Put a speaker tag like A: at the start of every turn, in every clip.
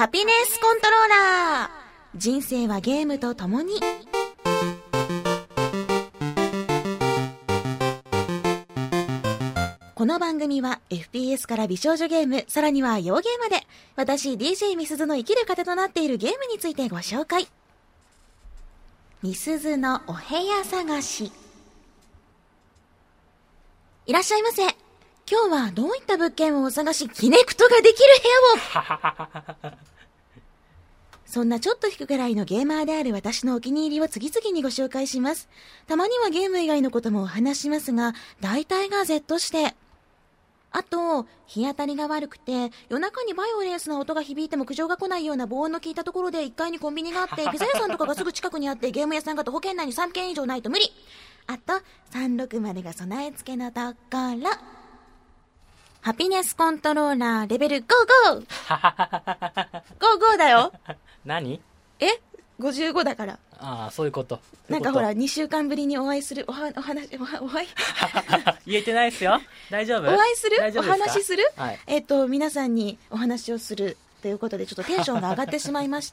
A: ハピネスコントローラー。人生はゲームとともに。この番組は FPS から美少女ゲーム、さらには洋ゲーまで、私 DJ みすずの生きる糧となっているゲームについてご紹介。みすずのお部屋探し。いらっしゃいませ。今日はどういった物件をお探し、キネクトができる部屋をそんなちょっと引くくらいのゲーマーである私のお気に入りを次々にご紹介します。たまにはゲーム以外のこともお話しますが、大体が Z して。あと、日当たりが悪くて、夜中にバイオレンスな音が響いても苦情が来ないような防音の効いたところで1階にコンビニがあって、ピザ屋さんとかがすぐ近くにあって、ゲーム屋さんが徒歩圏内に3軒以上ないと無理。あと、360が備え付けのところ。ハピネスコントローラーレベル 55!55 だよ。
B: 何
A: 55だから。
B: ああ、そういうこと。
A: なんかほら、2週間ぶりにお会いする、お話、
B: 言えてないですよ。大丈夫？
A: お会いする？お
B: 大丈夫ですか？
A: 話しする？
B: はい、
A: 皆さんにお話をするということで、ちょっとテンションが上がってしまいまして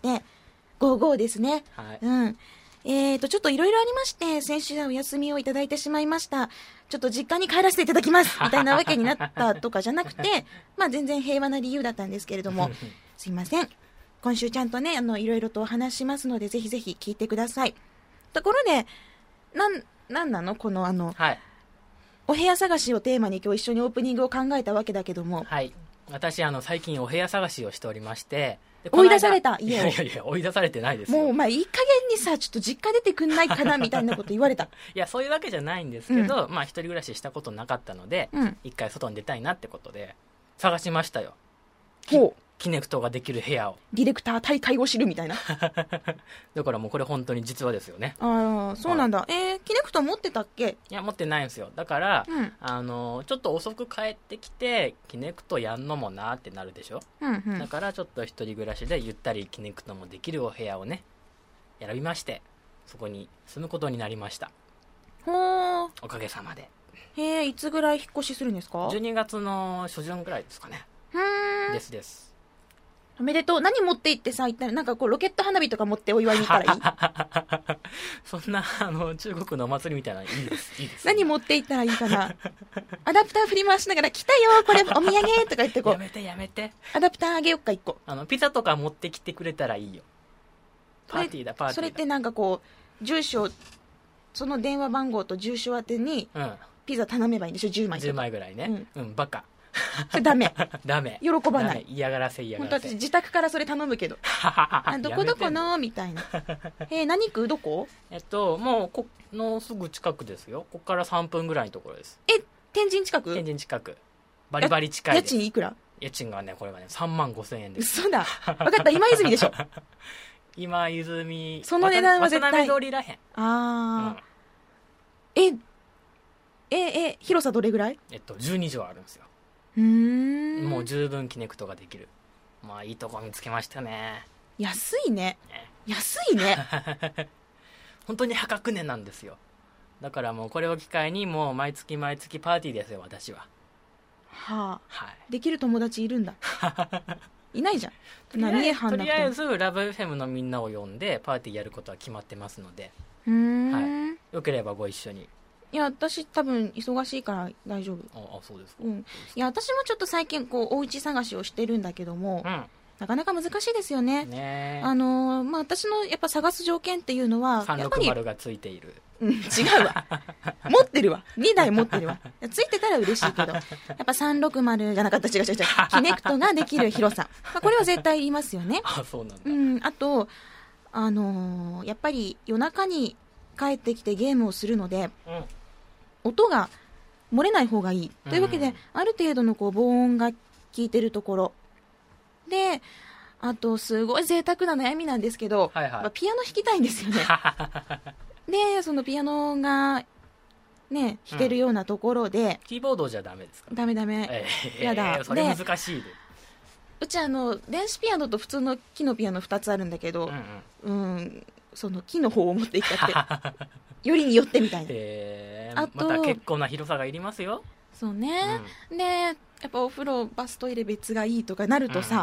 A: 、55ですね。
B: はい。
A: うん。ちょっといろいろありまして、先週はお休みをいただいてしまいました。ちょっと実家に帰らせていただきますみたいなわけになったとかじゃなくて、まあ全然平和な理由だったんですけれども、すいません。今週ちゃんとね、いろいろとお話しますので、ぜひぜひ聞いてください。ところで、なんなのこの
B: はい、
A: お部屋探しをテーマに今日一緒にオープニングを考えたわけだけども。
B: はい。私、最近お部屋探しをしておりまして、
A: 追い出された家を。
B: いや、追い出されてないですよ。
A: もう、いい加減にさ、ちょっと実家出てくんないかな、みたいなこと言われた。
B: いや、そういうわけじゃないんですけど、一人暮らししたことなかったので、一回外に出たいなってことで、探しましたよ。
A: ほう。
B: キネクトができる部屋を。
A: ディレクター大会を知るみたいな。
B: だからもうこれ本当に実話ですよね。
A: ああ、そうなんだ。キネクト持ってたっけ？
B: いや、持ってないんですよ。だから、ちょっと遅く帰ってきて、キネクトやんのもなってなるでしょ。だからちょっと一人暮らしでゆったりキネクトもできるお部屋をね、選びまして、そこに住むことになりました。
A: ほー。
B: おかげさまで。
A: いつぐらい引っ越しするんですか？
B: 12 月の初旬ぐらいですかね。です。
A: おめでとう。何持って行ってさ、行ったらなんかこうロケット花火とか持ってお祝いに行ったらいい？
B: そんな中国のお祭りみたいなのいいです。
A: 何持って行ったらいいかな？アダプター振り回しながら来たよこれお土産とか言ってこう。
B: やめて。
A: アダプターあげよっか1個。
B: ピザとか持ってきてくれたらいいよ。パーティーだ。
A: それってなんかこう住所、その電話番号と住所宛てにピザ頼めばいいんでしょ？10枚とか。
B: 10枚ぐらいね。バカ。
A: それダメ。
B: ダメ。
A: 喜ばない。
B: 嫌がらせ。
A: 本当私自宅からそれ頼むけど。どこのみたいな。何区どこ？
B: もうこのすぐ近くですよ。ここから3分ぐらいのところです。
A: 天神近く？
B: 天神近く。バリバリ近いです。
A: 家賃いくら？
B: 家賃がね、これがね、35,000円です。
A: 嘘だ。分かった、今泉でしょ。
B: 今泉。
A: その値段は絶対。
B: 渡辺通りらへん。
A: 広さどれぐらい
B: ？12畳あるんですよ。もう十分キネクトができる。いいとこ見つけましたね。
A: 安いね。安いね。
B: 本当に破格値なんですよ。だからもうこれを機会にもう毎月パーティーですよ、私は。
A: はい。できる友達いるんだ。いないじゃん。
B: とりあえずラブ FM のみんなを呼んでパーティーやることは決まってますので、よければご一緒に。
A: いや、私多分忙しいから大丈夫。
B: そうですか。
A: いや、私もちょっと最近お家探しをしてるんだけども、なかなか難しいですよね。私のやっぱ探す条件っていうのは
B: 360がついている。
A: 違うわ。持ってるわ。2台持ってるわ。ついてたら嬉しいけど、やっぱ360じゃなかった、違う。キネクトができる広さ。これは絶対いりますよね。
B: そうなんだ。
A: あと、やっぱり夜中に帰ってきてゲームをするので、音が漏れない方がいい。というわけで、ある程度の防音が効いてるところ。で、あと、すごい贅沢な悩みなんですけど、ピアノ弾きたいんですよね。で、そのピアノが、ね、弾けるようなところで。
B: キーボードじゃダメですか？
A: ダメ。やだ。
B: それ難しいで。
A: うち電子ピアノと普通の木のピアノ2つあるんだけど、その木の方を持っていったって。よりによってみたいな。
B: また結構な広さがいりますよ。
A: そうね。で、やっぱお風呂バストイレ別がいいとかなるとさ、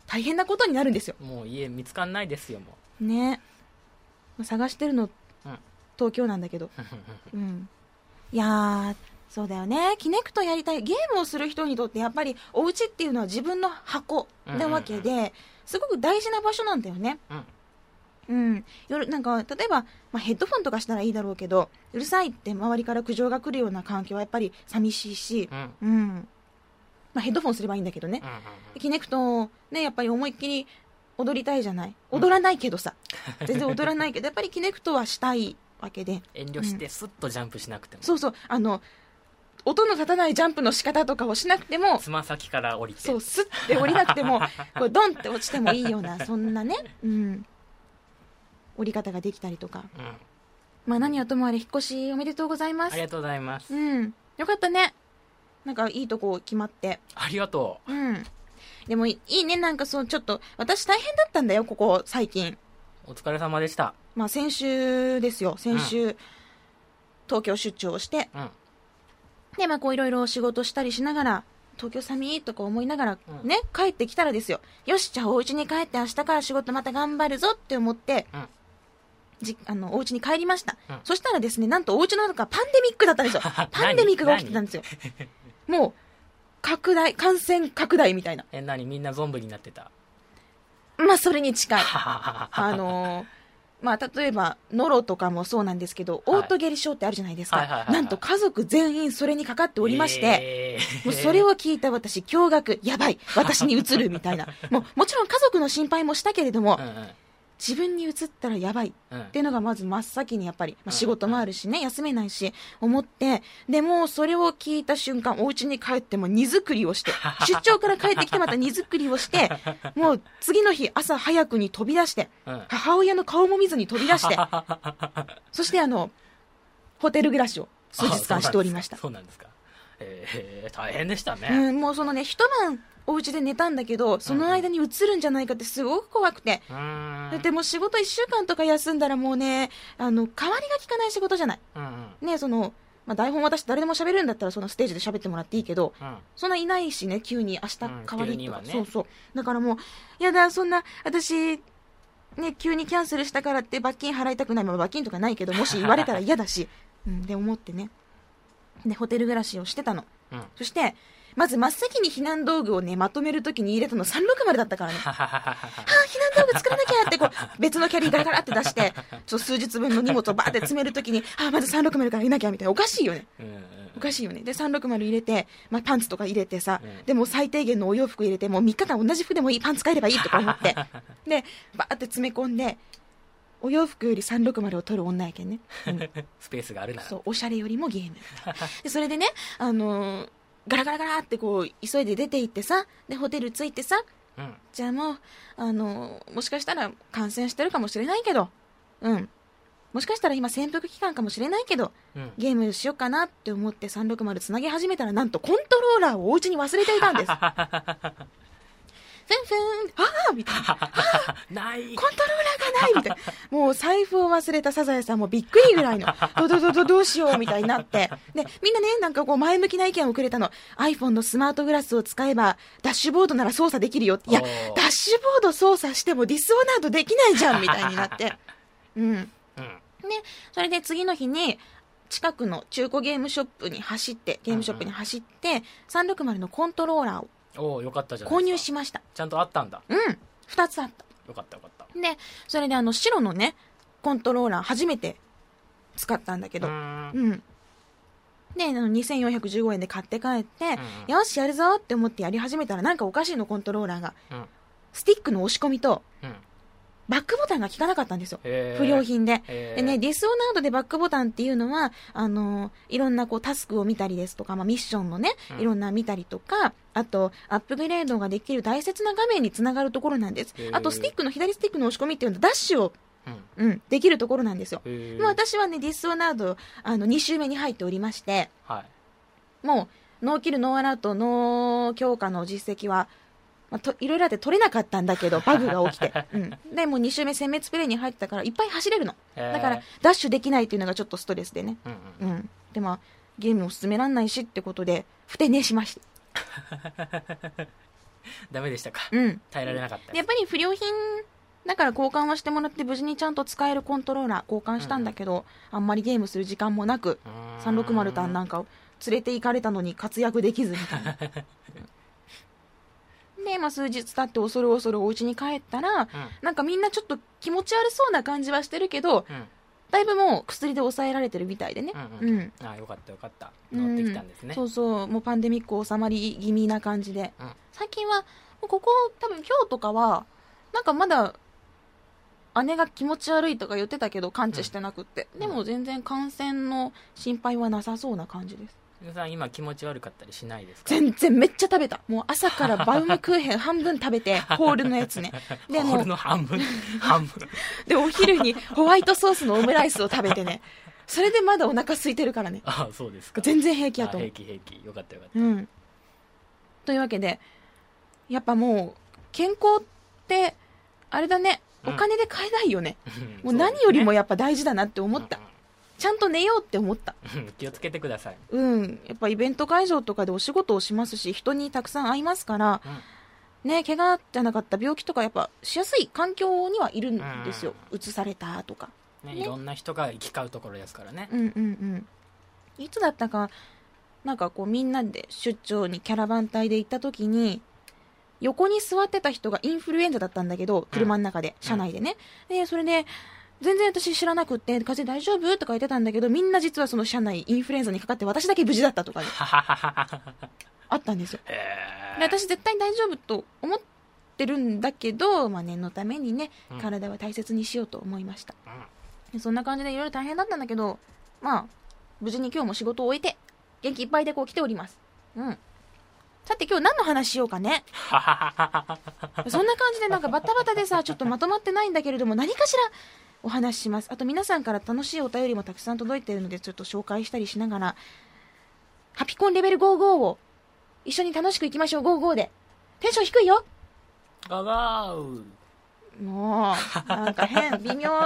A: 大変なことになるんですよ。
B: もう家見つかんないですよ、もう
A: ね。探してるの、
B: うん、
A: 東京なんだけど、うん、いやー、そうだよね。キネクトやりたい、ゲームをする人にとってやっぱりお家っていうのは自分の箱なわけで、すごく大事な場所なんだよね。うん、夜なんか例えば、ヘッドフォンとかしたらいいだろうけど、うるさいって周りから苦情が来るような環境はやっぱり寂しいし、ヘッドフォンすればいいんだけどね、キネクトね、やっぱり思いっきり踊りたいじゃない。踊らないけどさ、全然踊らないけどやっぱりキネクトはしたいわけで、
B: 遠慮してスッとジャンプしなくても、
A: そうそう、音の立たないジャンプの仕方とかをしなくても、
B: つま先から降りて、
A: そうスッて降りなくてもこうドンって落ちてもいいような、そんなね、降り方ができたりとか、何はともあれ引っ越しおめでとうございます。
B: ありがとうございます。
A: よかったね。なんかいいとこ決まって。
B: ありがとう。
A: でもいいね。なんかそう、ちょっと私大変だったんだよ、ここ最近。
B: お疲れ様でした。
A: 先週ですよ。先週、東京出張をして、でこういろいろ仕事したりしながら、東京寒いとか思いながらね、帰ってきたらですよ。よし、じゃあお家に帰って明日から仕事また頑張るぞって思って、お家に帰りました。そしたらですね、なんとお家の中パンデミックだったんですよ。パンデミックが起きてたんですよ。もう感染拡大みたいな。
B: みんなゾンビになってた？
A: それに近い。例えばノロとかもそうなんですけど、オート下痢症ってあるじゃないですか。なんと家族全員それにかかっておりまして、もうそれを聞いた私驚愕、やばい、私にうつるみたいな。もちろん家族の心配もしたけれども、自分に移ったらやばいっていうのがまず真っ先にやっぱり、仕事もあるしね、休めないし思って、でもそれを聞いた瞬間、お家に帰っても荷造りをして、出張から帰ってきてまた荷造りをして、もう次の日朝早くに飛び出して、母親の顔も見ずに飛び出して、そしてホテル暮らしを数日間しておりました。
B: そうなんですか。大変でしたね。
A: もうそのね、一晩お家で寝たんだけど、その間に移るんじゃないかってすごく怖くて、でも仕事1週間とか休んだらもうね、代わりが効かない仕事じゃない、ね、台本私誰でも喋るんだったらそのステージで喋ってもらっていいけど、そんないないしね、急に明日代わりとか、そうだからもうやだ、そんな私ね、急にキャンセルしたからって罰金払いたくない。罰金とかないけど、もし言われたら嫌だしで思ってね、でホテル暮らしをしてたの、そしてまず真っ先に避難道具をね、まとめるときに入れたの360だったからね。避難道具作らなきゃってこう、別のキャリーガラガラって出して、数日分の荷物をバーって詰めるときに、まず360から入れなきゃみたいな。おかしいよね。おかしいよね。で、360入れて、パンツとか入れてさ、でも最低限のお洋服入れて、もう3日間同じ服でもいい、パンツ変えればいいとか思って。で、バーって詰め込んで、お洋服より360を取る女やけんね。
B: スペースがあるなら。
A: そう、おしゃれよりもゲーム。で、それでね、ガラガラガラってこう急いで出て行ってさ、でホテル着いてさ、じゃあもうもしかしたら感染してるかもしれないけど、もしかしたら今潜伏期間かもしれないけど、ゲームしようかなって思って360つなげ始めたら、なんとコントローラーをお家に忘れていたんです。ふんふんみたいな。
B: ない。
A: コントローラーがないみたいな。もう財布を忘れたサザエさんもびっくりぐらいの、どうしようみたいになって。で、みんなね、なんかこう前向きな意見をくれたの。iPhone のスマートグラスを使えば、ダッシュボードなら操作できるよ。いや、ダッシュボード操作してもディスオナードできないじゃんみたいになって。で、それで次の日に、近くの中古ゲームショップに走って、360のコントローラーを
B: よかったじゃないですか。
A: 購入しました。
B: ちゃんとあったんだ。
A: 2つあった。
B: よかったよかった。
A: で、それで白のね、コントローラー初めて使ったんだけど、で、2415円で買って帰って、よし、やるぞって思ってやり始めたら、なんかおかしいの、コントローラーが。スティックの押し込みと、バックボタンが効かなかったんですよ。不良品で。でね、ディスオナードでバックボタンっていうのは、いろんなこうタスクを見たりですとか、ミッションのね、いろんな見たりとか、あと、アップグレードができる大切な画面につながるところなんです。あと、左スティックの押し込みっていうのは、ダッシュを、できるところなんですよ。私はね、ディスオナード、2周目に入っておりまして、もう、ノーキル、ノーアラウト、ノー強化の実績は、いろいろあって取れなかったんだけど、バグが起きて。で、もう2周目殲滅プレイに入ってたから、いっぱい走れるの。だから、ダッシュできないっていうのがちょっとストレスでね。で、ゲームを進めらんないしってことで、ふて寝しました。
B: ダメでしたか。耐えられなかった。
A: やっぱり不良品だから交換はしてもらって、無事にちゃんと使えるコントローラー交換したんだけど、あんまりゲームする時間もなく、360単なんかを連れて行かれたのに活躍できずみたいなで、数日経って恐る恐るお家に帰ったら、なんかみんなちょっと気持ち悪そうな感じはしてるけど、だいぶもう薬で抑えられてるみたいでね。
B: ああ、よかったよかった。乗ってきたんですね。
A: そうそう、もうパンデミック収まり気味な感じで。最近は、ここ多分今日とかは、なんかまだ、姉が気持ち悪いとか言ってたけど完治してなくって。でも全然感染の心配はなさそうな感じです。
B: 皆さん今気持ち悪かったりしないですか？
A: 全然めっちゃ食べた。もう朝からバウムクーヘン半分食べて、ホールのやつね。
B: でホールの半分
A: で、お昼にホワイトソースのオムライスを食べてね。それでまだお腹空いてるからね。
B: ああ、そうですか。
A: 全然平気やと思う。
B: 平気。よかったよかった。
A: というわけで、やっぱもう、健康って、あれだね。お金で買えないよね。もう何よりもやっぱ大事だなって思った。ちゃんと寝ようって思った。
B: 気をつけてください。
A: やっぱイベント会場とかでお仕事をしますし、人にたくさん会いますから、ね、怪我じゃなかった病気とかやっぱしやすい環境にはいるんですよ。うつされたとか。
B: いろんな人が行き交うところですからね。
A: いつだったか、なんかこうみんなで出張にキャラバン隊で行った時に、横に座ってた人がインフルエンザだったんだけど、車の中で、車内でね。で、それで、全然私知らなくって、風邪大丈夫とか言ってたんだけど、みんな実はその車内インフルエンザにかかって、私だけ無事だったとかね。あったんですよ。で、私絶対大丈夫と思ってるんだけど、念のためにね、体は大切にしようと思いました。そんな感じでいろいろ大変だったんだけど、無事に今日も仕事を終えて、元気いっぱいでこう来ております。さて今日何の話しようかね。そんな感じでなんかバタバタでさ、ちょっとまとまってないんだけれども、何かしらお話しします。あと皆さんから楽しいお便りもたくさん届いているので、ちょっと紹介したりしながら、ハピコンレベル55を一緒に楽しくいきましょう。55で。テンション低いよ。
B: ガガー。
A: もう、なんか変、微妙。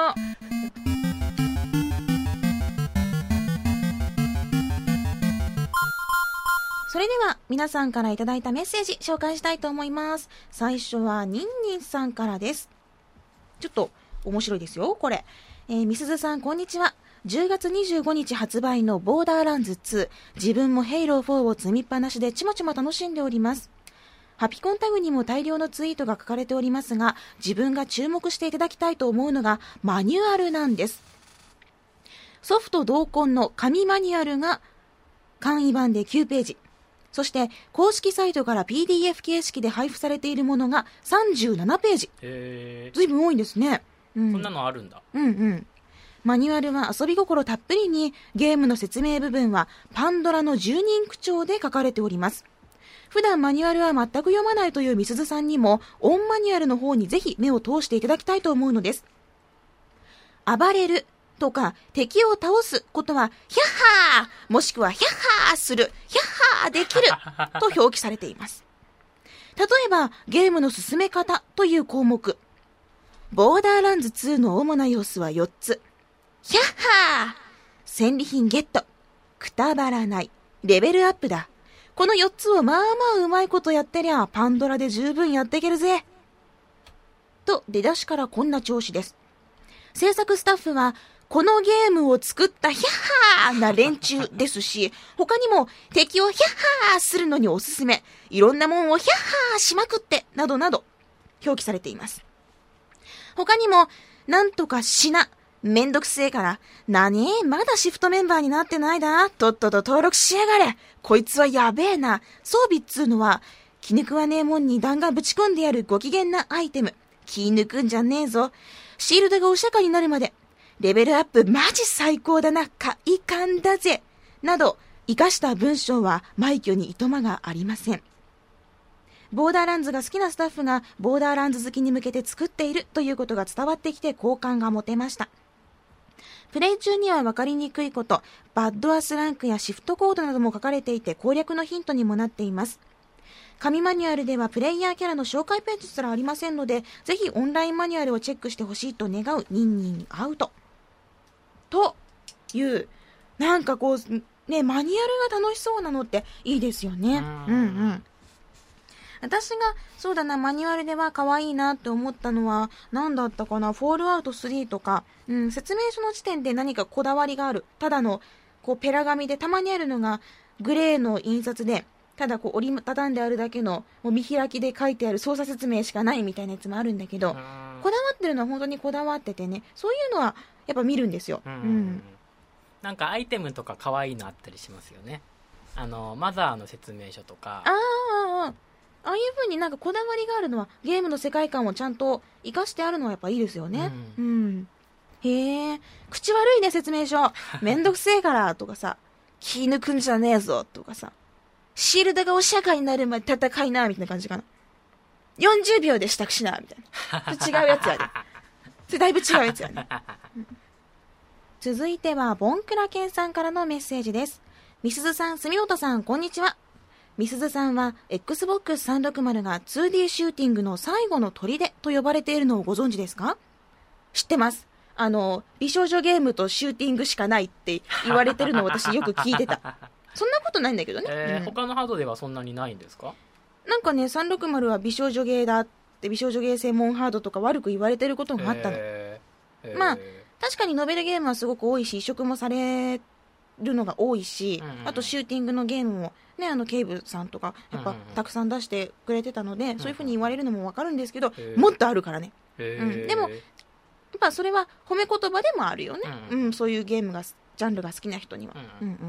A: それでは皆さんからいただいたメッセージ紹介したいと思います。最初はニンニンさんからです。ちょっと面白いですよ、これ。みすずさんこんにちは。10月25日発売のボーダーランズ2、自分もヘイロー4を積みっぱなしでちまちま楽しんでおります。ハピコンタグにも大量のツイートが書かれておりますが、自分が注目していただきたいと思うのがマニュアルなんです。ソフト同梱の紙マニュアルが簡易版で9ページ。そして公式サイトから PDF 形式で配布されているものが37ページ。ずいぶん多いんですね。
B: そんなのあるんだ。
A: マニュアルは遊び心たっぷりに、ゲームの説明部分はパンドラの10人口調で書かれております。普段マニュアルは全く読まないというみすずさんにも、オンマニュアルの方にぜひ目を通していただきたいと思うのです。暴れるとか敵を倒すことはヒャッハーもしくはヒャッハーする、ヒャッハーできると表記されています。例えばゲームの進め方という項目、ボーダーランズ2の主な要素は4つ。ヒャッハー、戦利品ゲット、くたばらない、レベルアップだ。この4つをまあまあうまいことやってりゃパンドラで十分やっていけるぜと出だしからこんな調子です。制作スタッフはこのゲームを作ったヒャッハーな連中ですし、他にも敵をヒャッハーするのにおすすめ、いろんなもんをヒャッハーしまくってなどなど表記されています。他にもなんとかしな、めんどくせえから、まだシフトメンバーになってないだ、とっとと登録しやがれ、こいつはやべえな、装備っつうのは気抜くわねえもんに弾丸ぶち込んでやるご機嫌なアイテム、気抜くんじゃねえぞ、シールドがお釈迦になるまでレベルアップマジ最高だな、快感だぜなど生かした文章は枚挙にいとまがありません。ボーダーランズが好きなスタッフがボーダーランズ好きに向けて作っているということが伝わってきて好感が持てました。プレイ中には分かりにくいこと、バッドアスランクやシフトコードなども書かれていて攻略のヒントにもなっています。紙マニュアルではプレイヤーキャラの紹介ページすらありませんので、ぜひオンラインマニュアルをチェックしてほしいと願うニンニンに会うという、なんかこうね、マニュアルが楽しそうなのっていいですよね。 私がそうだな、マニュアルでは可愛いなって思ったのは何だったかな。フォールアウト3とか、説明書の時点で何かこだわりがある。ただのこうペラ紙で、たまにあるのがグレーの印刷で、ただこう折りたたんであるだけのもう見開きで書いてある操作説明しかないみたいなやつもあるんだけど、こだわってるのは本当にこだわっててね、そういうのはやっぱ見るんですよ。
B: なんかアイテムとか可愛いのあったりしますよね。マザーの説明書とか、
A: ああいう風になんかこだわりがあるのは、ゲームの世界観をちゃんと活かしてあるのはやっぱいいですよね。へえ、口悪いね説明書、めんどくせえからとかさ、気抜くんじゃねえぞとかさ、シールドがお釈迦になるまで戦いなみたいな感じかな。40秒で支度しなみたいな。違うやつやで。それだいぶ違うやつやね。続いてはボンクラケンさんからのメッセージです。みすずさん、住本さん、こんにちは。みすずさんは Xbox 360が 2D シューティングの最後の砦と呼ばれているのをご存知ですか？知ってます。美少女ゲームとシューティングしかないって言われてるのを私よく聞いてた。そんなことないんだけどね。
B: 他のハードではそんなにないんですか？
A: なんかね、360は美少女ゲーだって、美少女ゲー専門ハードとか悪く言われてることがあったの。まあ、確かにノベルゲームはすごく多いし、移植もされるのが多いし、あとシューティングのゲームもね、ケイブさんとかやっぱたくさん出してくれてたので、そういう風に言われるのもわかるんですけど、もっとあるからね。でもやっぱそれは褒め言葉でもあるよね。そういうゲームがジャンルが好きな人には。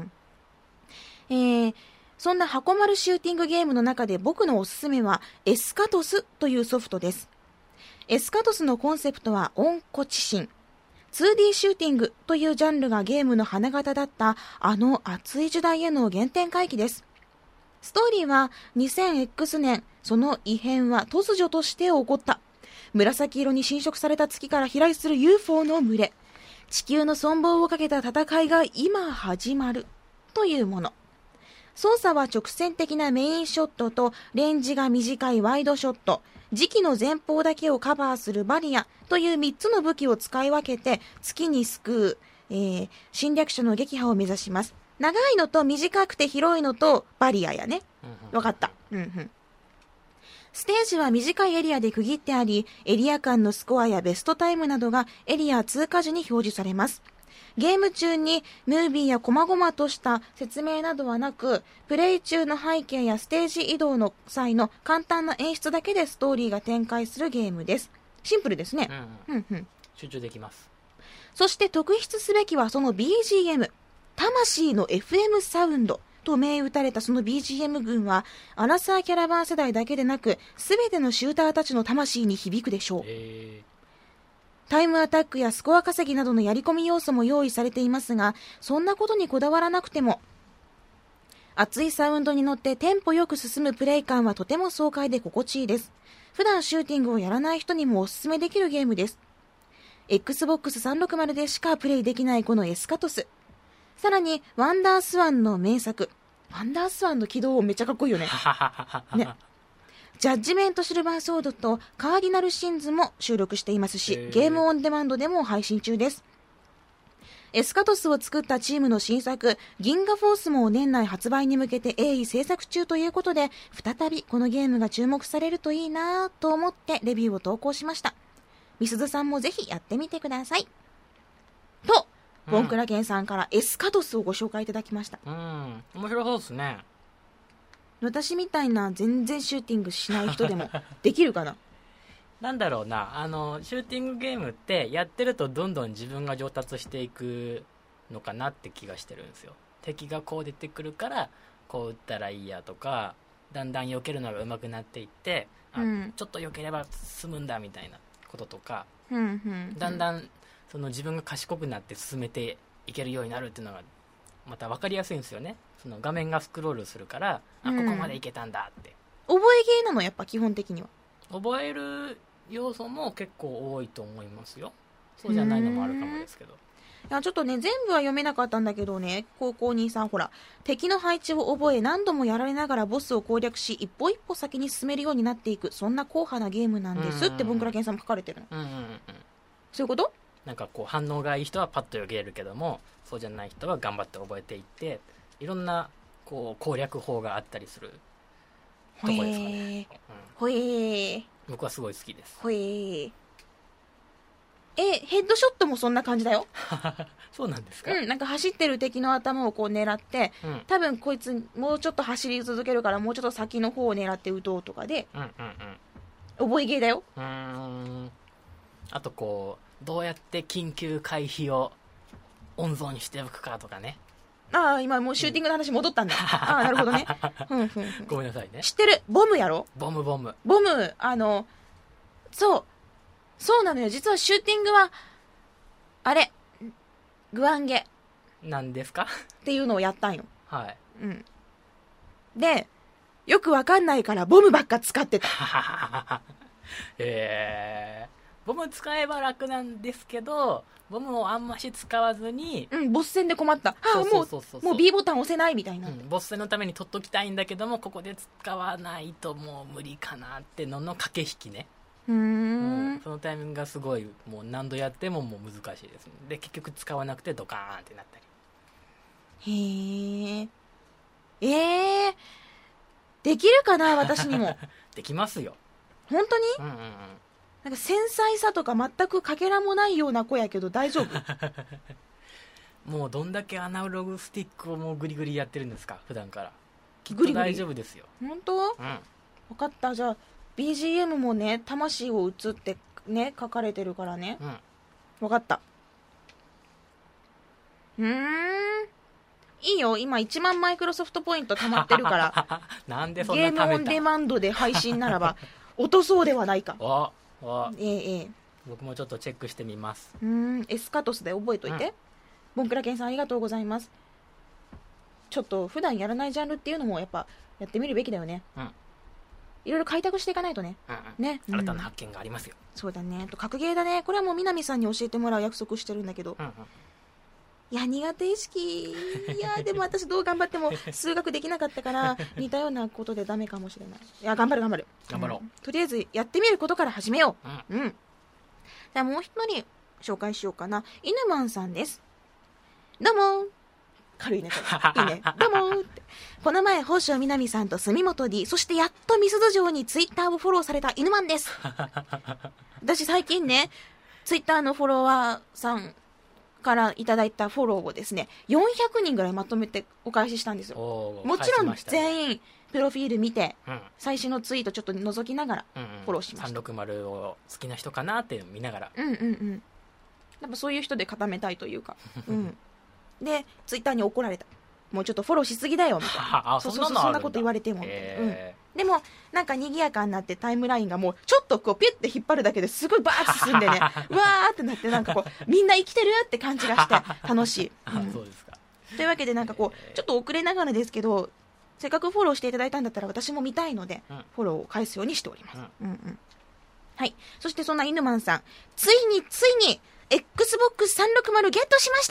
A: そんな箱丸シューティングゲームの中で僕のおすすめはエスカトスというソフトです。エスカトスのコンセプトは温故知新。2D シューティングというジャンルがゲームの花形だった熱い時代への原点回帰です。ストーリーは 2000X 年、その異変は突如として起こった。紫色に侵食された月から飛来する UFO の群れ。地球の存亡をかけた戦いが今始まるというもの。操作は直線的なメインショットとレンジが短いワイドショット、時期の前方だけをカバーするバリアという3つの武器を使い分けて月に救う、侵略者の撃破を目指します。長いのと短くて広いのとバリアやね。わかった。ステージは短いエリアで区切ってあり、エリア間のスコアやベストタイムなどがエリア通過時に表示されます。ゲーム中にムービーや細々とした説明などはなく、プレイ中の背景やステージ移動の際の簡単な演出だけでストーリーが展開するゲームです。シンプルですね。
B: 集中できます。
A: そして特筆すべきはその BGM、魂の FM サウンドと銘打たれたその BGM 群は、アラサーキャラバン世代だけでなく、すべてのシューターたちの魂に響くでしょう。タイムアタックやスコア稼ぎなどのやり込み要素も用意されていますが、そんなことにこだわらなくても、熱いサウンドに乗ってテンポよく進むプレイ感はとても爽快で心地いいです。普段シューティングをやらない人にもおすすめできるゲームです。Xbox 360でしかプレイできないこのエスカトス。さらに、ワンダースワンの名作。ワンダースワンの起動めっちゃかっこいいよね。ね。ジャッジメントシルバーソードとカーディナルシンズも収録していますし、ゲームオンデマンドでも配信中です。エスカトスを作ったチームの新作、銀河フォースも年内発売に向けて鋭意制作中ということで、再びこのゲームが注目されるといいなと思ってレビューを投稿しました。みすずさんもぜひやってみてください。と、ボンクラケンさんからエスカトスをご紹介いただきました。
B: 面白そうですね。
A: 私みたいな全然シューティングしない人でもできるかな。
B: なんだろうな、シューティングゲームってやってるとどんどん自分が上達していくのかなって気がしてるんですよ。敵がこう出てくるからこう撃ったらいいやとか、だんだん避けるのが上手くなっていって、ちょっと避ければ進むんだみたいなこととか、だんだんその自分が賢くなって進めていけるようになるっていうのがまた分かりやすいんですよね。その画面がスクロールするから、ここまでいけたんだって。
A: 覚えゲーなのやっぱ基本的には。
B: 覚える要素も結構多いと思いますよ。そうじゃないのもあるかもですけど。
A: いやちょっとね全部は読めなかったんだけどね、高校にさ、ほら敵の配置を覚え何度もやられながらボスを攻略し一歩一歩先に進めるようになっていく、そんな硬派なゲームなんですってボンクラケンさんも書かれてるの。そういうこと？
B: なんかこう反応がいい人はパッと避けれるけども、そうじゃない人は頑張って覚えていって、いろんなこう攻略法があったりするとこですかね。
A: ほえー。
B: 僕はすごい好きです。
A: ほえー。ヘッドショットもそんな感じだよ。
B: そうなんですか？
A: なんか走ってる敵の頭をこう狙って、多分こいつもうちょっと走り続けるからもうちょっと先の方を狙って撃とうとかで、覚えゲーだよ。
B: あとこうどうやって緊急回避を温存にしておくかとかね。
A: 今もうシューティングの話戻ったんだ。なるほどね。
B: ごめんなさいね。
A: 知ってる？ボムやろ？
B: ボム。
A: そうなのよ。実はシューティングは、あれ、グアンゲ。
B: なんですか？
A: っていうのをやったんよ。
B: はい。
A: で、よくわかんないからボムばっか使ってた。
B: ボム使えば楽なんですけど、ボムをあんまし使わずに、
A: ボス戦で困った。もう B ボタン押せないみたいな。
B: ボス戦のために取っときたいんだけども、ここで使わないともう無理かなってのの駆け引きね。そのタイミングがすごい、もう何度やってももう難しいです。で、結局使わなくてドカーンってなった
A: り。できるかな、私にも。
B: できますよ。
A: 本当に？なんか繊細さとか全くかけらもないような子やけど大丈夫？
B: もうどんだけアナログスティックをもうグリグリやってるんですか、普段から。きっと大丈夫ですよ。
A: 本当？分かった。じゃあBGM もね、魂を打つってね、書かれてるからね。分かった。いいよ、今1万マイクロソフトポイント溜まってるから。
B: なんでそんな貯めた？
A: ゲームオンデマンドで配信ならば、落とそうではないか。
B: 僕もちょっとチェックしてみます。
A: エスカトスで覚えといて。ボンクラケンさんありがとうございます。ちょっと普段やらないジャンルっていうのもやっぱやってみるべきだよね。いろいろ開拓していかないとね。
B: 新たな発見がありますよ。
A: そうだね。格ゲーだね。これはもう南さんに教えてもらう約束してるんだけど。いや、苦手意識。いや、でも私どう頑張っても数学できなかったから、似たようなことでダメかもしれない。いや、頑張る。
B: 頑張ろう。
A: とりあえずやってみることから始めよう。じゃあもう一人紹介しようかな。イヌマンさんです。どうも。軽いね、これ。いいね。どうもって。この前、宝生みなみさんと住本 D、そしてやっとみすず城にツイッターをフォローされたイヌマンです。私最近ね、ツイッターのフォロワーさんからいただいたフォローをですね、400人ぐらいまとめてお返ししたんですよ。もちろん全員プロフィール見て、最新のツイートちょっと覗きながらフォローしました。
B: 360を好きな人かなって見ながら。
A: やっぱそういう人で固めたいというか。で、ツイッターに怒られた。もうちょっとフォローしすぎだよみたいな。そんなこと言われても。でもなんか賑やかになってタイムラインがもうちょっとこうピュッて引っ張るだけですごいバーッと進んでね、うわーってなって、なんかこうみんな生きてるって感じがして楽しい。
B: そうですか。
A: というわけでなんかこうちょっと遅れながらですけど、せっかくフォローしていただいたんだったら私も見たいので、フォローを返すようにしております。はい。そしてそんなイヌマンさん、ついに Xbox 360ゲットしました。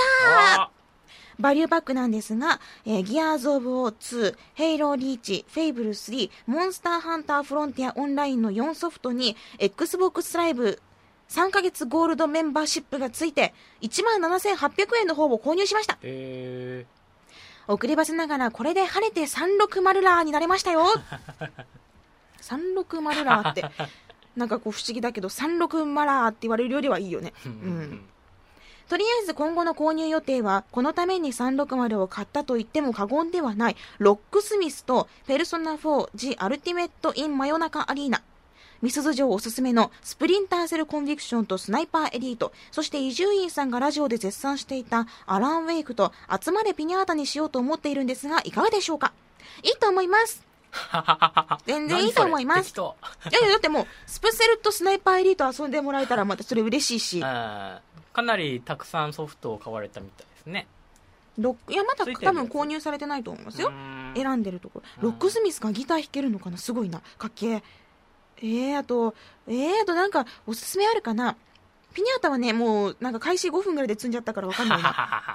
A: バリューパックなんですが、ギアーズ・オブ・オー2、ヘイロー・リーチ、フェイブル3、モンスター・ハンター・フロンティア・オンラインの4ソフトに Xbox ライブ3ヶ月ゴールドメンバーシップがついて 17,800 円の方を購入しました。遅ればせながらこれで晴れて360ラーになれましたよ。360ラーってなんかこう不思議だけど360ラーって言われるよりはいいよね。とりあえず今後の購入予定はこのために360を買ったと言っても過言ではないロックスミスとペルソナ4 The Ultimate in 真夜中アリーナ、みすず城おすすめのスプリンターセルコンビクションとスナイパーエリート、そして伊集院さんがラジオで絶賛していたアランウェイクと集まれピニャータにしようと思っているんですがいかがでしょうか。いいと思います。全然いいと思います。いやだってもうスプセルとスナイパーエリート遊んでもらえたらまたそれ嬉しいし、
B: かなりたくさんソフトを買われたみたいですね。
A: いやまだ多分購入されてないと思いますよ。選んでるところロックスミスがギター弾けるのかな、すごいな、かっけえ。あとなんかおすすめあるかな。ピニャータはねもうなんか開始5分ぐらいで積んじゃったから分かんないな。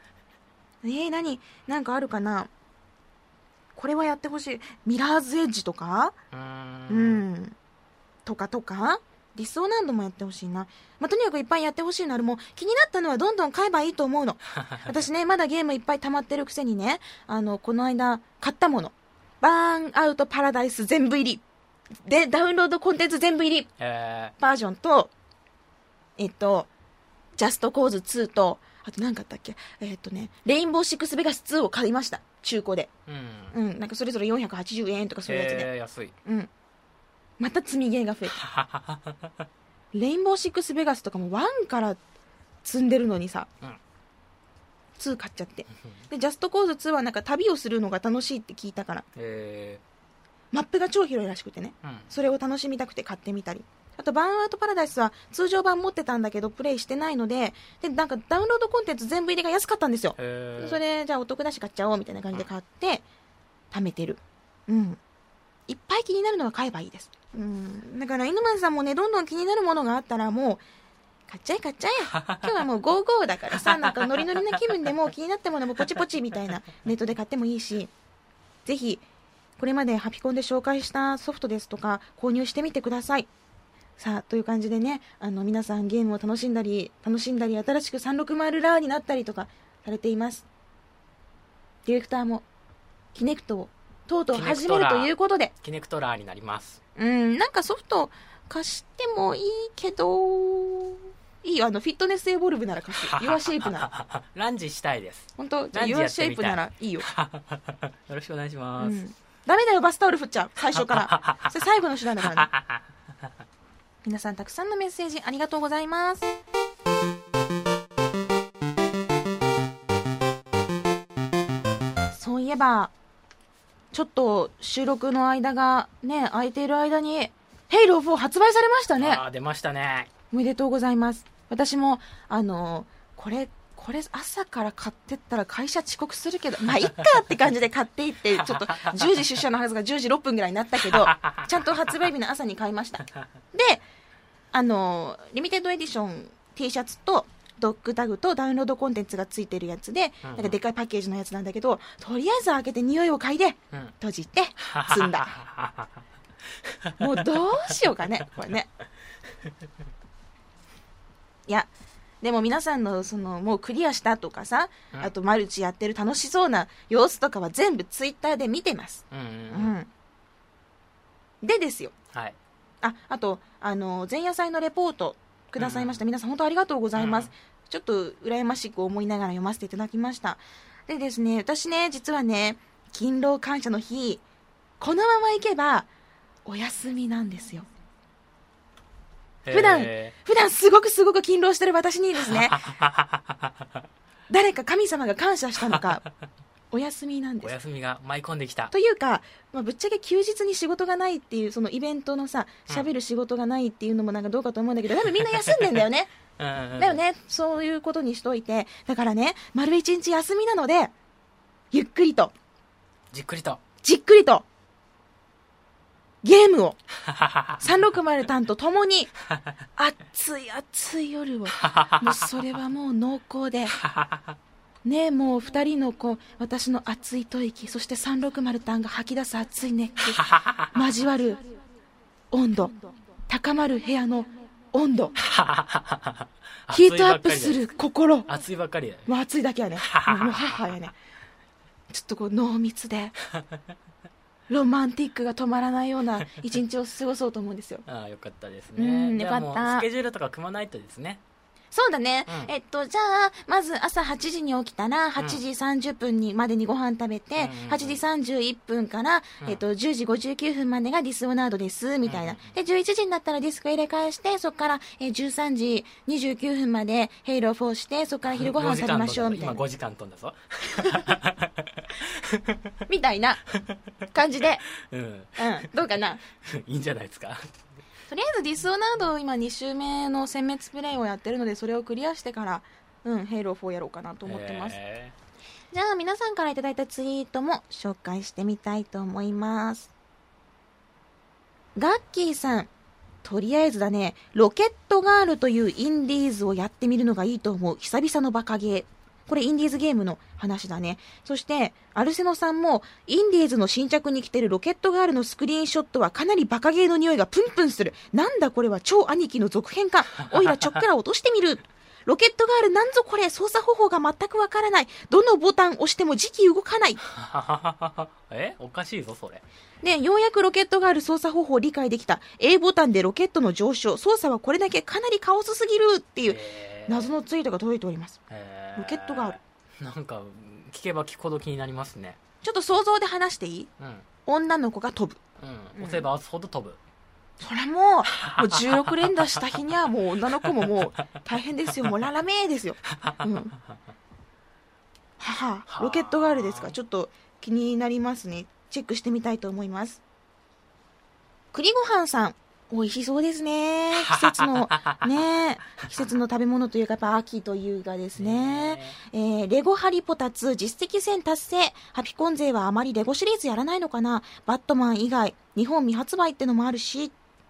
A: なんかあるかな。これはやってほしい。ミラーズエッジとかとかディスオナンドもやってほしいな。とにかくいっぱいやってほしいのある。もう気になったのはどんどん買えばいいと思うの。私ねまだゲームいっぱい溜まってるくせにね、この間買ったものバーンアウトパラダイス全部入りでダウンロードコンテンツ全部入り、バージョンとジャストコーズ2と、あと何かあったっけ、レインボーシックスベガス2を買いました、中古で。なんかそれぞれ480円とかそういうやつで。
B: 安い。
A: また積みゲーが増えた。レインボーシックスベガスとかも1から積んでるのにさ、2買っちゃって。で、ジャストコーズ2はなんか旅をするのが楽しいって聞いたから。マップが超広いらしくてね。それを楽しみたくて買ってみたり。あとバーンアウトパラダイスは通常版持ってたんだけどプレイしてないので、なんかダウンロードコンテンツ全部入れが安かったんですよ。それじゃあお得だし買っちゃおうみたいな感じで買って貯めてる。いっぱい気になるのは買えばいいです。だから犬丸さんもね、どんどん気になるものがあったらもう買っちゃえ今日はもう55だからさ、なんかノリノリな気分でもう気になったものもポチポチみたいなネットで買ってもいいし、ぜひこれまでハピコンで紹介したソフトですとか購入してみてください。さあという感じでね、皆さんゲームを楽しんだり新しく360ラーになったりとかされています。ディレクターもキネクトをとうとう始めるということで、
B: キネクトラーになります。
A: なんかソフト貸してもいいけど、いいよ、フィットネスエボルブなら貸す。ユアシェイプなら
B: ランジしたいです。
A: 本当、ユアシェイプならいいよ。よ
B: ろしくお願いします。
A: ダメだよ、バスタオル振っちゃう、最初からそれ最後の手段だからね。皆さんたくさんのメッセージありがとうございます。そういえばちょっと収録の間がね、空いている間にヘイロー4発売されましたね。
B: 出ましたね。
A: おめでとうございます。私もこれ朝から買ってったら会社遅刻するけど、まあいっかって感じで買っていって、ちょっと10時出社のはずが10時6分ぐらいになったけど、ちゃんと発売日の朝に買いました。で、リミテッドエディション T シャツとドッグタグとダウンロードコンテンツがついてるやつで、なんかでっかいパッケージのやつなんだけど、とりあえず開けて匂いを嗅いで、閉じて積んだ。もうどうしようかね、これね。いやでも皆さんのもうクリアしたとかさ、あとマルチやってる楽しそうな様子とかは全部ツイッターで見てます。でですよ、あと前夜祭のレポートくださいました、皆さん本当ありがとうございます。ちょっと羨ましく思いながら読ませていただきました。でですね、私ね、実はね、勤労感謝の日このままいけばお休みなんですよ。普段すごく勤労してる私にですね誰か神様が感謝したのかお休みなんです。
B: お休みが舞い込んできた
A: というか、ぶっちゃけ休日に仕事がないっていう、そのイベントのさ、喋る仕事がないっていうのもなんかどうかと思うんだけど、多分みんな休んでんだよねだよね、そういうことにしといて、だからね、丸一日休みなので、ゆっくりと
B: じっくりと
A: ゲームを360担と共に暑い夜をもうそれはもう濃厚でね、もう2人の私の熱い吐息、そして360担が吐き出す熱い熱気交わる温度、高まる部屋の温度ヒートアップする心、
B: 熱いばっかりだよ、
A: もう熱いだけはねもう母やね、ちょっと濃密でロマンティックが止まらないような一日を過ごそうと思うんですよ。
B: よかったですね。
A: よかった。
B: スケジュールとか組まないとですね。
A: そうだね、じゃあまず朝8時に起きたら8時30分にまでにご飯食べて、8時31分から、10時59分までがディスオナードですみたいな、で11時になったらディスク入れ替えして、そこから、13時29分までヘイロー4して、そこから昼ご飯食べましょうみたいな。
B: 今5時間飛んだぞ
A: みたいな感じで、どうかな
B: いいんじゃないですか。
A: とりあえずディスオナード今2週目の殲滅プレイをやってるので、それをクリアしてからヘイロー4やろうかなと思ってます。じゃあ皆さんからいただいたツイートも紹介してみたいと思います。ガッキーさん、とりあえずだね、ロケットガールというインディーズをやってみるのがいいと思う。久々のバカゲー。これインディーズゲームの話だね。そしてアルセノさんも、インディーズの新着に来てるロケットガールのスクリーンショットはかなりバカゲーの匂いがプンプンする。なんだこれは超兄貴の続編か。おいらちょっから落としてみる。 ロケットガールなんぞこれ、操作方法が全くわからない。どのボタン押しても時期動かない。
B: おかしいぞそれ。
A: で、ようやくロケットガール操作方法を理解できた。A ボタンでロケットの上昇。操作はこれだけ、かなりカオスすぎるっていう謎のツイートが届いております。ロケットガール。
B: なんか聞けば聞くほど気になりますね。
A: ちょっと想像で話していい？女の子が飛ぶ。
B: 押せば押すほど飛ぶ。
A: それもう16連打した日にはもう女の子ももう大変ですよ。もうララメーですよ。ロケットガールですか。ちょっと気になりますね。チェックしてみたいと思います。栗ごはんさん、美味しそうですね。季節のね、季節の食べ物というかやっぱ秋というかですね。レゴハリポタ2実績1000達成。ハピコン勢はあまりレゴシリーズやらないのかな。バットマン以外日本未発売ってのもあるし。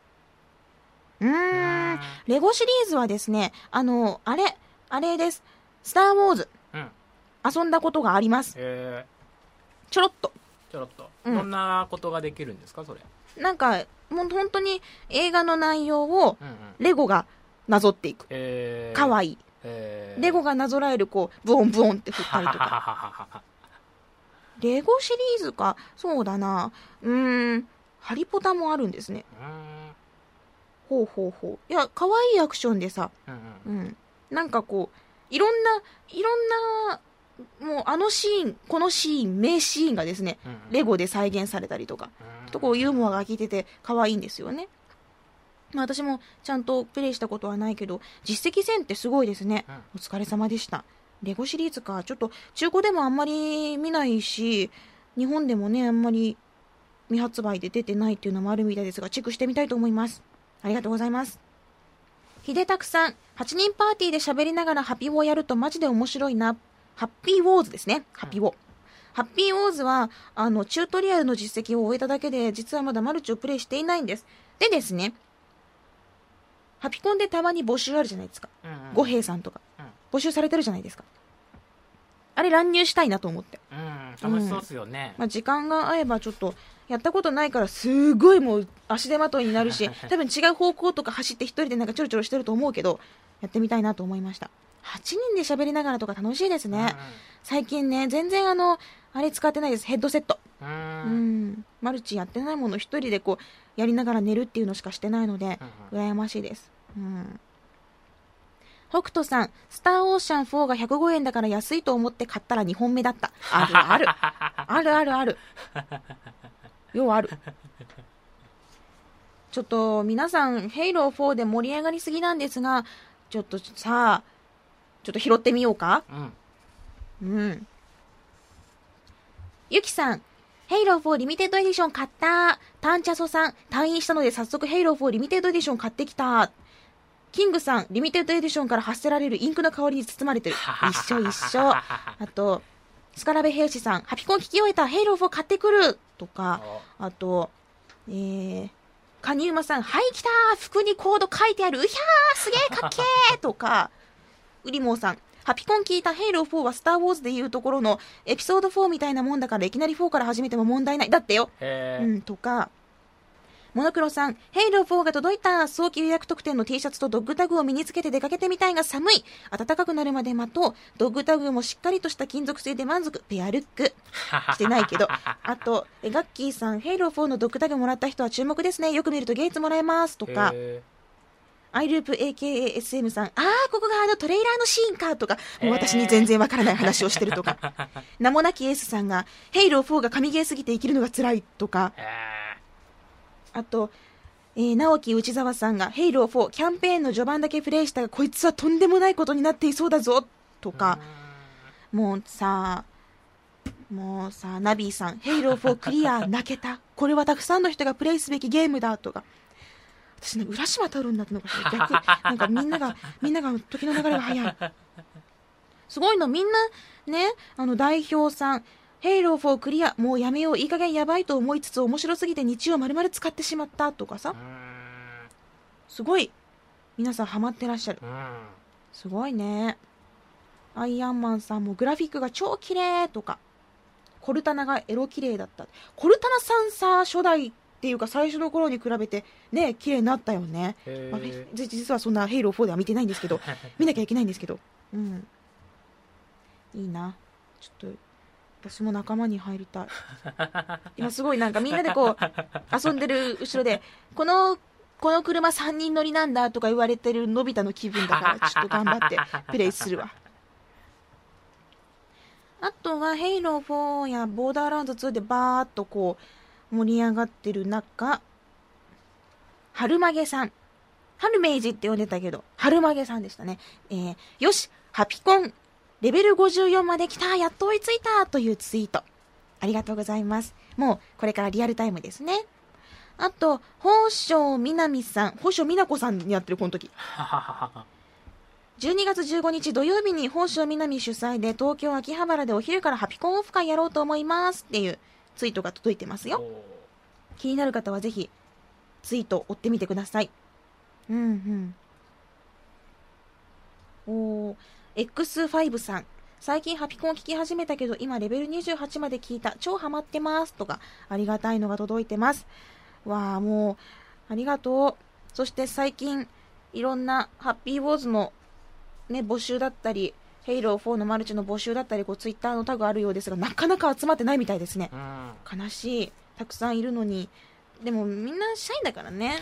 A: レゴシリーズはですね、あれです。スターウォーズ、遊んだことがあります。ちょろっと。
B: どんなことができるんですか、それ。
A: なんかもう本当に映画の内容をレゴがなぞっていく。かわいい。レゴがなぞらえるこうブオンブオンって振ったりとか。レゴシリーズか。そうだな。ハリポタもあるんですね。ほう。いや、可愛いアクションでさ、なんかこういろんなもうあのシーン、このシーン、名シーンがですね、レゴで再現されたりとか、とこうユーモアが効いてて可愛いんですよね。私もちゃんとプレイしたことはないけど、実績1000ってすごいですね。お疲れ様でした。レゴシリーズか、ちょっと中古でもあんまり見ないし、日本でもねあんまり未発売で出てないっていうのもあるみたいですが、チェックしてみたいと思います。ありがとうございます。ひでたくさん、8人パーティーで喋りながらハピウォーやるとマジで面白いな。ハッピーウォーズですね。ハッピーウォー。ハッピーウォーズはチュートリアルの実績を終えただけで、実はまだマルチをプレイしていないんです。でですね、ハピコンでたまに募集あるじゃないですか。五平さんとか、募集されてるじゃないですか。あれ乱入したいなと思って。
B: 楽しそうっすよね。
A: 時間が合えばちょっとやったことないからすごいもう足手まといになるし、多分違う方向とか走って一人でなんかちょろちょろしてると思うけど、やってみたいなと思いました。8人で喋りながらとか楽しいですね。最近ね全然あれ使ってないです。ヘッドセット。マルチやってないもの一人でこうやりながら寝るっていうのしかしてないので、羨ましいです。北斗さん、スターオーシャン4が105円だから安いと思って買ったら2本目だった。あるようある。ちょっと皆さんヘイロー4で盛り上がりすぎなんですが、ちょっとさあちょっと拾ってみようか。ゆきさん、ヘイロー4リミテッドエディション買った。タンチャソさん、退院したので早速ヘイロー4リミテッドエディション買ってきた。キングさん、リミテッドエディションから発せられるインクの香りに包まれてる。一緒。あとスカラベ兵士さん、ハピコン聞き終えた、ヘイロー4買ってくるとか、あとカニウマさん、はい来たー、服にコード書いてある、うひゃーすげーかっけーとか、ウリモーさん、ハピコン聞いた、ヘイロー4はスターウォーズでいうところのエピソード4みたいなもんだからいきなり4から始めても問題ないだってよ。とか、モノクロさん、ヘイロー4が届いた。早期予約特典の T シャツとドッグタグを身につけて出かけてみたいが寒い。暖かくなるまで待とう。ドッグタグもしっかりとした金属製で満足。ペアルック。してないけど。あと、ガッキーさん、ヘイロー4のドッグタグもらった人は注目ですね。よく見るとゲイツもらえます。とか、アイループ AKASM さん、ここがトレーラーのシーンかとか、もう私に全然わからない話をしてるとか、名もなきエースさんが、ヘイロー4が神ゲーすぎて生きるのが辛いとか、あと、直樹内澤さんがヘイロー4キャンペーンの序盤だけプレイしたがこいつはとんでもないことになっていそうだぞとか、もうさナビーさん、ヘイロー4クリア泣けた、これはたくさんの人がプレイすべきゲームだとか、私ね浦島太郎になってるのかしら、逆なんかみんなが時の流れが早い、すごいのみんなね。代表さん、ヘイロー4クリア、もうやめよう、いい加減やばいと思いつつ面白すぎて日曜丸々使ってしまったとかさ、すごい皆さんハマってらっしゃる。すごいね。アイアンマンさんもグラフィックが超綺麗とか、コルタナがエロ綺麗だった。コルタナさんさ、初代っっていうか最初の頃に比べてね綺麗になったよね。まあ、実はそんなヘイロー4では見てないんですけど見なきゃいけないんですけど、いいな。ちょっと私も仲間に入りたい。今すごいなんかみんなでこう遊んでる後ろでこの車3人乗りなんだとか言われてるのび太の気分だからちょっと頑張ってプレイするわ。あとはヘイロー4やボーダーランド2でバーっとこう盛り上がってる中、春曲げさん、春明治って呼んでたけど春曲げさんでしたね。よしハピコンレベル54まで来た、やっと追いついたというツイートありがとうございます。もうこれからリアルタイムですね。あと宝生みなみさん、宝生みなこさんにやってるこの時12月15日土曜日に宝生みなみ主催で東京秋葉原でお昼からハピコンオフ会やろうと思いますっていうツイートが届いてますよ。気になる方はぜひツイート追ってみてください。X5 さん、最近ハピコン聞き始めたけど今レベル28まで聞いた、超ハマってますとかありがたいのが届いてます。わあ、もうありがとう。そして最近いろんなハッピーウォーズのね募集だったりヘイロー4のマルチの募集だったりツイッターのタグあるようですがなかなか集まってないみたいですね。悲しい。たくさんいるのに。でもみんなシャイだからね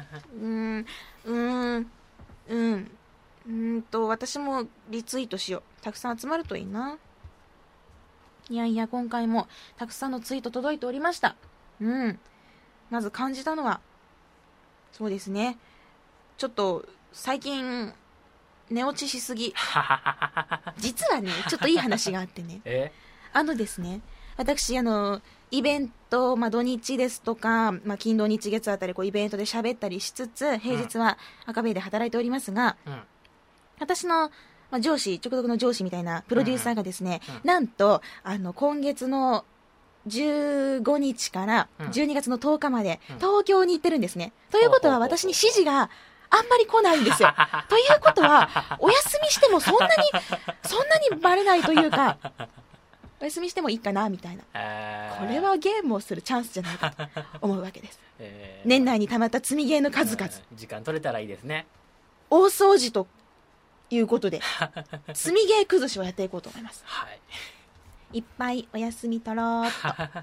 A: 私もリツイートしよう。たくさん集まるといいな。いやいや今回もたくさんのツイート届いておりました。まず感じたのはそうですね、ちょっと最近寝落ちしすぎ実はねちょっといい話があってねですね、私イベント、土日ですとか、金土日月あたりイベントで喋ったりしつつ平日は赤ベイで働いておりますが、私の、上司、直属の上司みたいなプロデューサーがですね、なんと今月の15日から12月の10日まで東京に行ってるんですね。ということは私に指示があんまり来ないんですよ。ということはお休みしてもそんなにバレないというか、お休みしてもいいかなみたいな、これはゲームをするチャンスじゃないかと思うわけです。年内に溜まった積みゲーの数々、
B: 時間取れたらいいですね。
A: 大掃除ということで積みゲー崩しをやっていこうと思います。いっぱいお休み取ろうっと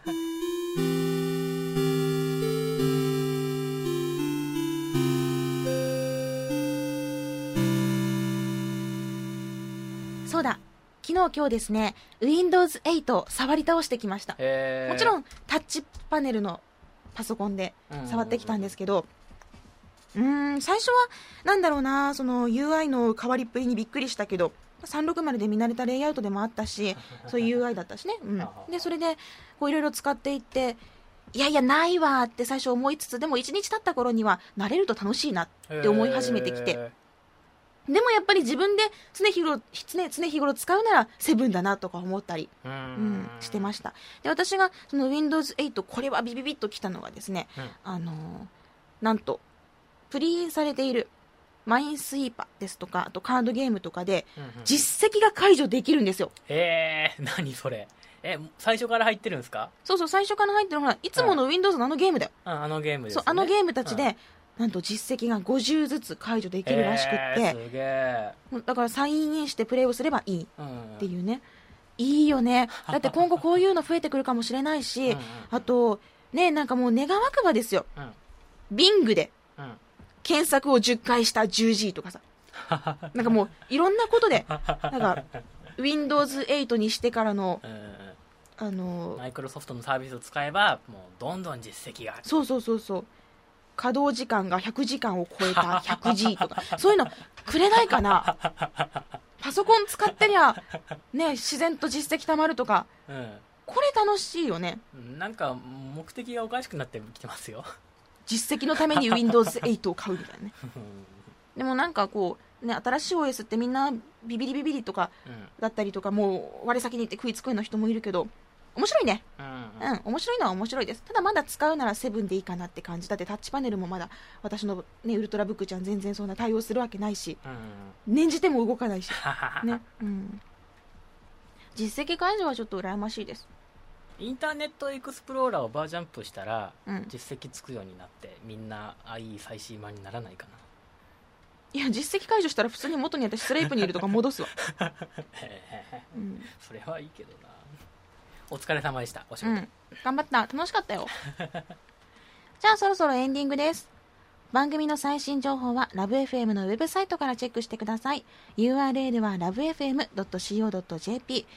A: そうだ、昨日今日ですね Windows 8触り倒してきました。もちろんタッチパネルのパソコンで触ってきたんですけど、最初はなんだろうな、その UI の変わりっぷりにびっくりしたけど360で見慣れたレイアウトでもあったし、そういう UI だったしね、でそれでいろいろ使っていって、いやいやないわって最初思いつつ、でも1日経った頃には慣れると楽しいなって思い始めてきて、でもやっぱり自分で常日頃使うなら7だなとか思ったり、してました。で私がその Windows 8これはビビビッときたのがですね、なんとプリインされているマインスイーパーですとか、あとカードゲームとかで実績が解除できるんですよ。
B: 何それ。最初から入ってるんですか？
A: そうそう、最初から入ってるのがいつもの Windows のゲームだよ。
B: あのゲームですね。
A: そう、あのゲームたちで、なんと実績が50ずつ解除できるらしくって、
B: すげえ。
A: だからサインインしてプレイをすればいいっていうね、いいよね。だって今後こういうの増えてくるかもしれないしあとね、なんかもう願わくばですよ、Bing で検索を10回した 10G とかさなんかもういろんなことでなんか Windows 8にしてからの
B: マイクロソフトのサービスを使えばもうどんどん実績が、
A: そう稼働時間が100時間を超えた 100G とかそういうのくれないかなパソコン使ってりゃね、自然と実績たまるとか、これ楽しいよね。
B: なんか目的がおかしくなってきてますよ。
A: 実績のために Windows 8を買うみたいなねでもなんかね、新しい OS ってみんなビビリとかだったりとか、もう我先に行って食いつくような人もいるけど面白いね。面白いのは面白いです。ただまだ使うなら7でいいかなって感じ。だってタッチパネルもまだ私の、ね、ウルトラブックちゃん全然そんな対応するわけないし、念じても動かないし、ね実績解除はちょっと羨ましいです。
B: インターネットエクスプローラーをバージョンアップしたら、実績つくようになってみんないい最新版にならないかな。
A: いや、実績解除したら普通に元に私スレイプにいるとか戻すわ
B: それはいいけどな。お疲れ様でした。お仕事、
A: 頑張った。楽しかったよじゃあそろそろエンディングです。番組の最新情報はラブ FM のウェブサイトからチェックしてください。 URL は lovefm.co.jp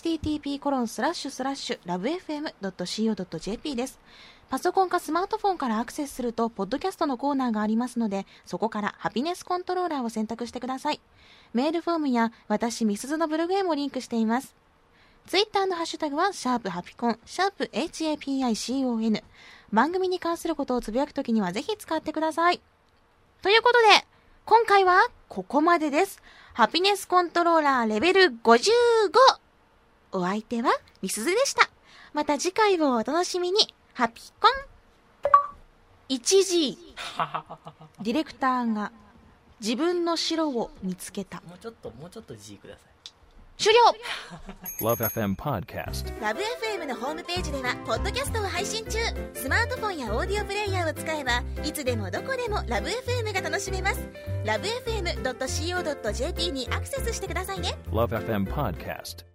A: http://lovefm.co.jp です。パソコンかスマートフォンからアクセスするとポッドキャストのコーナーがありますので、そこからハピネスコントローラーを選択してください。メールフォームや私みすずのブログへもリンクしています。ツイッターのハッシュタグはシャープハピコン、シャープ HAPICON。番組に関することをつぶやくときにはぜひ使ってください。ということで今回はここまでです。ハピネスコントローラーレベル55。お相手はみすずでした。また次回をお楽しみに。ハピコン 1G ディレクターが自分の城を見つけた。
B: もうちょっと G ください。
A: 終了。
C: LoveFM Podcast。
A: ラブ FM のホームページではポッドキャストを配信中。スマートフォンやオーディオプレイヤーを使えばいつでもどこでもラブ FM が楽しめます。ラブ FM.co.jp にアクセスしてくださいね。
C: LoveFM Podcast。